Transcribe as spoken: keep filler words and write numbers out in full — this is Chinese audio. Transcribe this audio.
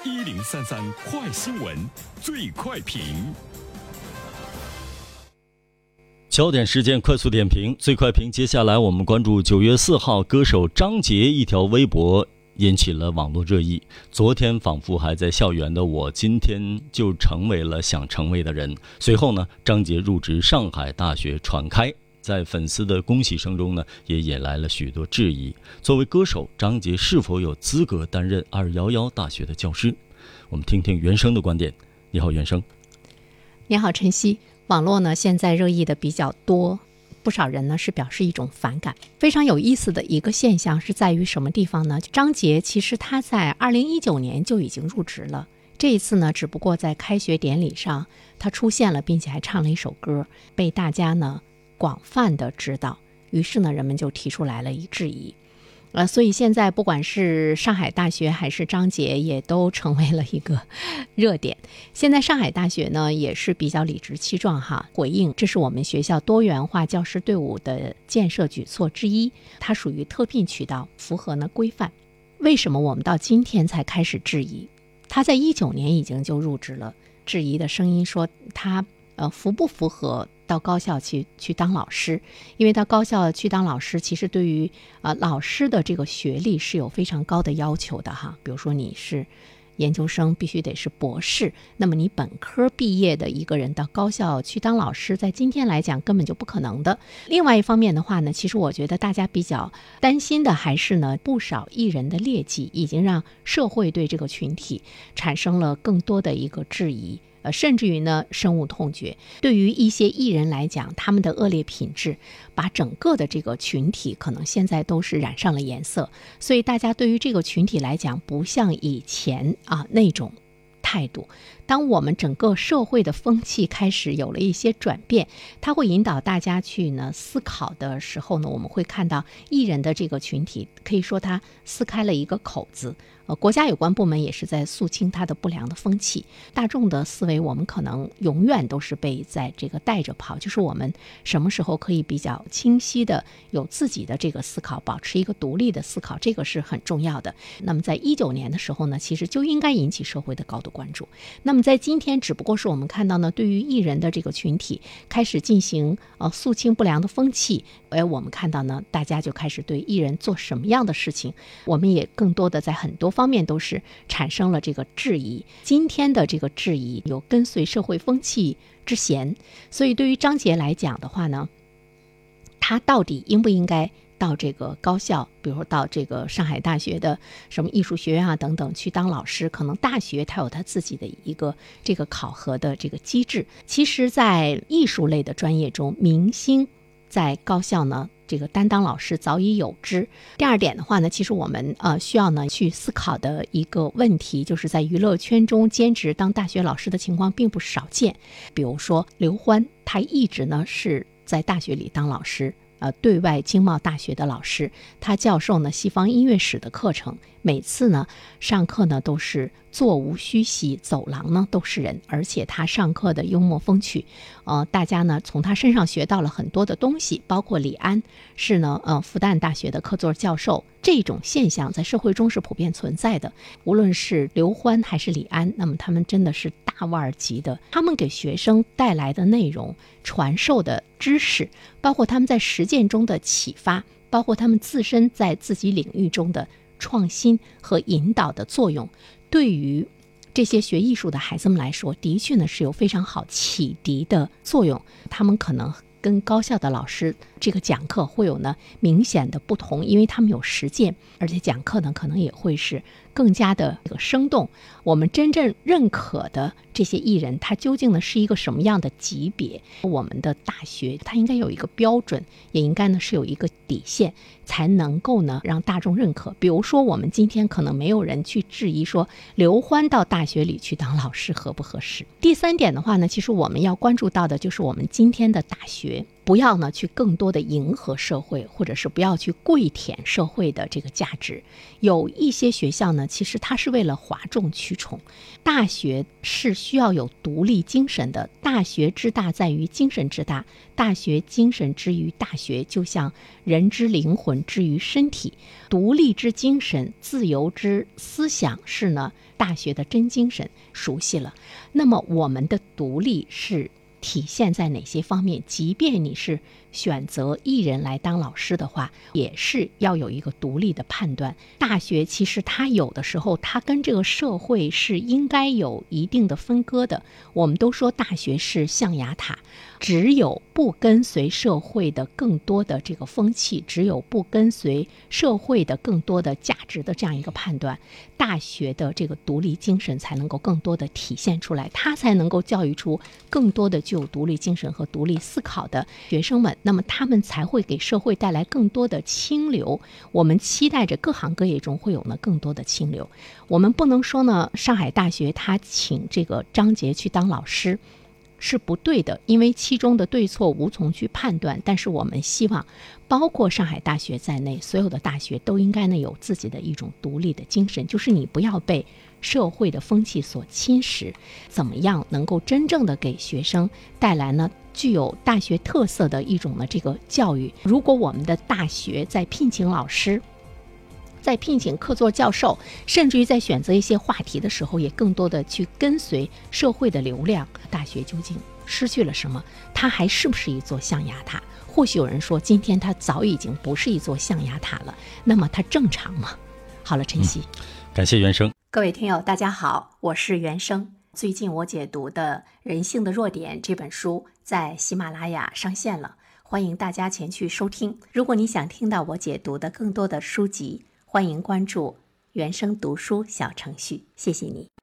一零三三快新闻最快评。 焦点事件快速点评，最快评。接下来我们关注九月四号歌手张杰一条微博引起了网络热议。昨天仿佛还在校园的我，今天就成为了想成为的人。随后呢，张杰入职上海大学传开，在粉丝的恭喜声中呢，也引来了许多质疑。作为歌手，张杰是否有资格担任二一一大学的教师？我们听听原生的观点。你好，原生。 你好，晨曦。网络呢现在热议的比较多，不少人呢是表示一种反感。非常有意思的一个现象是在于什么地方呢？张杰其实他在二零一九年就已经入职了，这一次呢只不过在开学典礼上他出现了，并且还唱了一首歌，被大家呢广泛的知道，于是呢人们就提出来了一质疑。呃，所以现在不管是上海大学还是张杰，也都成为了一个热点。现在上海大学呢也是比较理直气壮哈，回应这是我们学校多元化教师队伍的建设举措之一，它属于特聘渠道，符合呢规范。为什么我们到今天才开始质疑？他在一九年已经就入职了，质疑的声音说他呃符不符合到高校去去当老师？因为到高校去当老师，其实对于呃老师的这个学历是有非常高的要求的哈。比如说你是研究生，必须得是博士，那么你本科毕业的一个人到高校去当老师，在今天来讲根本就不可能的。另外一方面的话呢，其实我觉得大家比较担心的还是呢，不少艺人的劣迹已经让社会对这个群体产生了更多的一个质疑。呃，甚至于呢，深恶痛绝。对于一些艺人来讲，他们的恶劣品质，把整个的这个群体可能现在都是染上了颜色。所以大家对于这个群体来讲，不像以前啊那种态度。当我们整个社会的风气开始有了一些转变，它会引导大家去呢思考的时候呢，我们会看到艺人的这个群体，可以说它撕开了一个口子。呃，国家有关部门也是在肃清它的不良的风气。大众的思维，我们可能永远都是被在这个带着跑，就是我们什么时候可以比较清晰的有自己的这个思考，保持一个独立的思考，这个是很重要的。那么在一九年的时候呢，其实就应该引起社会的高度关注。那么在今天，只不过是我们看到呢，对于艺人的这个群体开始进行呃肃清不良的风气，而我们看到呢，大家就开始对艺人做什么样的事情，我们也更多的在很多方面都是产生了这个质疑。今天的这个质疑有跟随社会风气之嫌，所以对于张杰来讲的话呢，他到底应不应该到这个高校，比如说到这个上海大学的什么艺术学院啊等等去当老师，可能大学它有它自己的一个这个考核的这个机制。其实在艺术类的专业中，明星在高校呢这个担当老师早已有之。第二点的话呢，其实我们呃需要呢去思考的一个问题，就是在娱乐圈中兼职当大学老师的情况并不少见。比如说刘欢，他一直呢是在大学里当老师，呃，对外经贸大学的老师，他教授呢西方音乐史的课程，每次呢上课呢都是座无虚席，走廊呢都是人，而且他上课的幽默风趣，呃，大家呢从他身上学到了很多的东西，包括李安是呢呃复旦大学的客座教授，这种现象在社会中是普遍存在的。无论是刘欢还是李安，那么他们真的是大腕级的，他们给学生带来的内容、传授的知识，包括他们在实践中的启发，包括他们自身在自己领域中的创新和引导的作用，对于这些学艺术的孩子们来说，的确呢是有非常好启迪的作用。他们可能跟高校的老师这个讲课会有呢明显的不同，因为他们有实践，而且讲课呢可能也会是更加的这个生动。我们真正认可的这些艺人，他究竟呢是一个什么样的级别？我们的大学它应该有一个标准，也应该呢是有一个底线，才能够呢让大众认可。比如说我们今天可能没有人去质疑说刘欢到大学里去当老师合不合适。第三点的话呢，其实我们要关注到的就是我们今天的大学学不要呢去更多的迎合社会，或者是不要去跪舔社会的这个价值。有一些学校呢，其实它是为了哗众取宠。大学是需要有独立精神的，大学之大在于精神之大，大学精神之于大学，就像人之灵魂之于身体，独立之精神，自由之思想是呢大学的真精神。熟悉了，那么我们的独立是体现在哪些方面？即便你是选择一人来当老师的话，也是要有一个独立的判断。大学其实它有的时候它跟这个社会是应该有一定的分割的。我们都说大学是象牙塔，只有不跟随社会的更多的这个风气，只有不跟随社会的更多的价值的这样一个判断，大学的这个独立精神才能够更多的体现出来，它才能够教育出更多的具有独立精神和独立思考的学生们，那么他们才会给社会带来更多的清流。我们期待着各行各业中会有呢更多的清流。我们不能说呢上海大学他请这个张杰去当老师是不对的，因为其中的对错无从去判断。但是我们希望包括上海大学在内，所有的大学都应该呢有自己的一种独立的精神，就是你不要被社会的风气所侵蚀，怎么样能够真正的给学生带来呢具有大学特色的一种呢这个教育。如果我们的大学在聘请老师，在聘请客座教授，甚至于在选择一些话题的时候，也更多的去跟随社会的流量，大学究竟失去了什么？它还是不是一座象牙塔？或许有人说今天它早已经不是一座象牙塔了，那么它正常吗？好了，晨曦、嗯、 感谢原生。 各位听友大家好，我是原生。最近我解读的《人性的弱点》这本书在喜马拉雅上线了，欢迎大家前去收听。如果你想听到我解读的更多的书籍，欢迎关注原生读书小程序，谢谢你。